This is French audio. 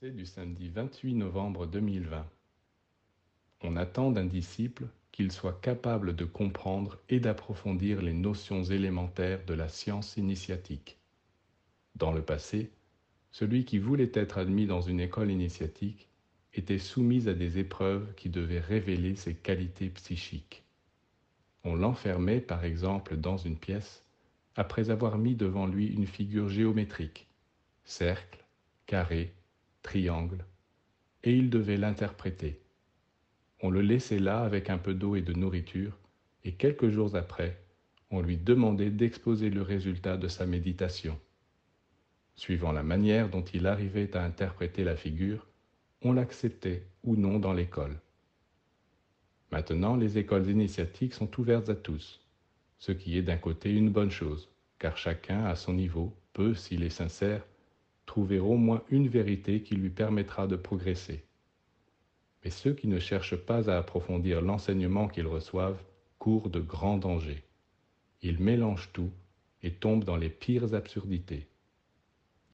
Pensée du samedi 28 novembre 2020. On attend d'un disciple qu'il soit capable de comprendre et d'approfondir les notions élémentaires de la science initiatique. Dans le passé, celui qui voulait être admis dans une école initiatique était soumis à des épreuves qui devaient révéler ses qualités psychiques. On l'enfermait par exemple dans une pièce après avoir mis devant lui une figure géométrique, cercle, carré, triangle, et il devait l'interpréter. On le laissait là avec un peu d'eau et de nourriture, et quelques jours après, on lui demandait d'exposer le résultat de sa méditation. Suivant la manière dont il arrivait à interpréter la figure, on l'acceptait ou non dans l'école. Maintenant, les écoles initiatiques sont ouvertes à tous, ce qui est d'un côté une bonne chose, car chacun, à son niveau, peut, s'il est sincère, trouver au moins une vérité qui lui permettra de progresser. Mais ceux qui ne cherchent pas à approfondir l'enseignement qu'ils reçoivent courent de grands dangers. Ils mélangent tout et tombent dans les pires absurdités.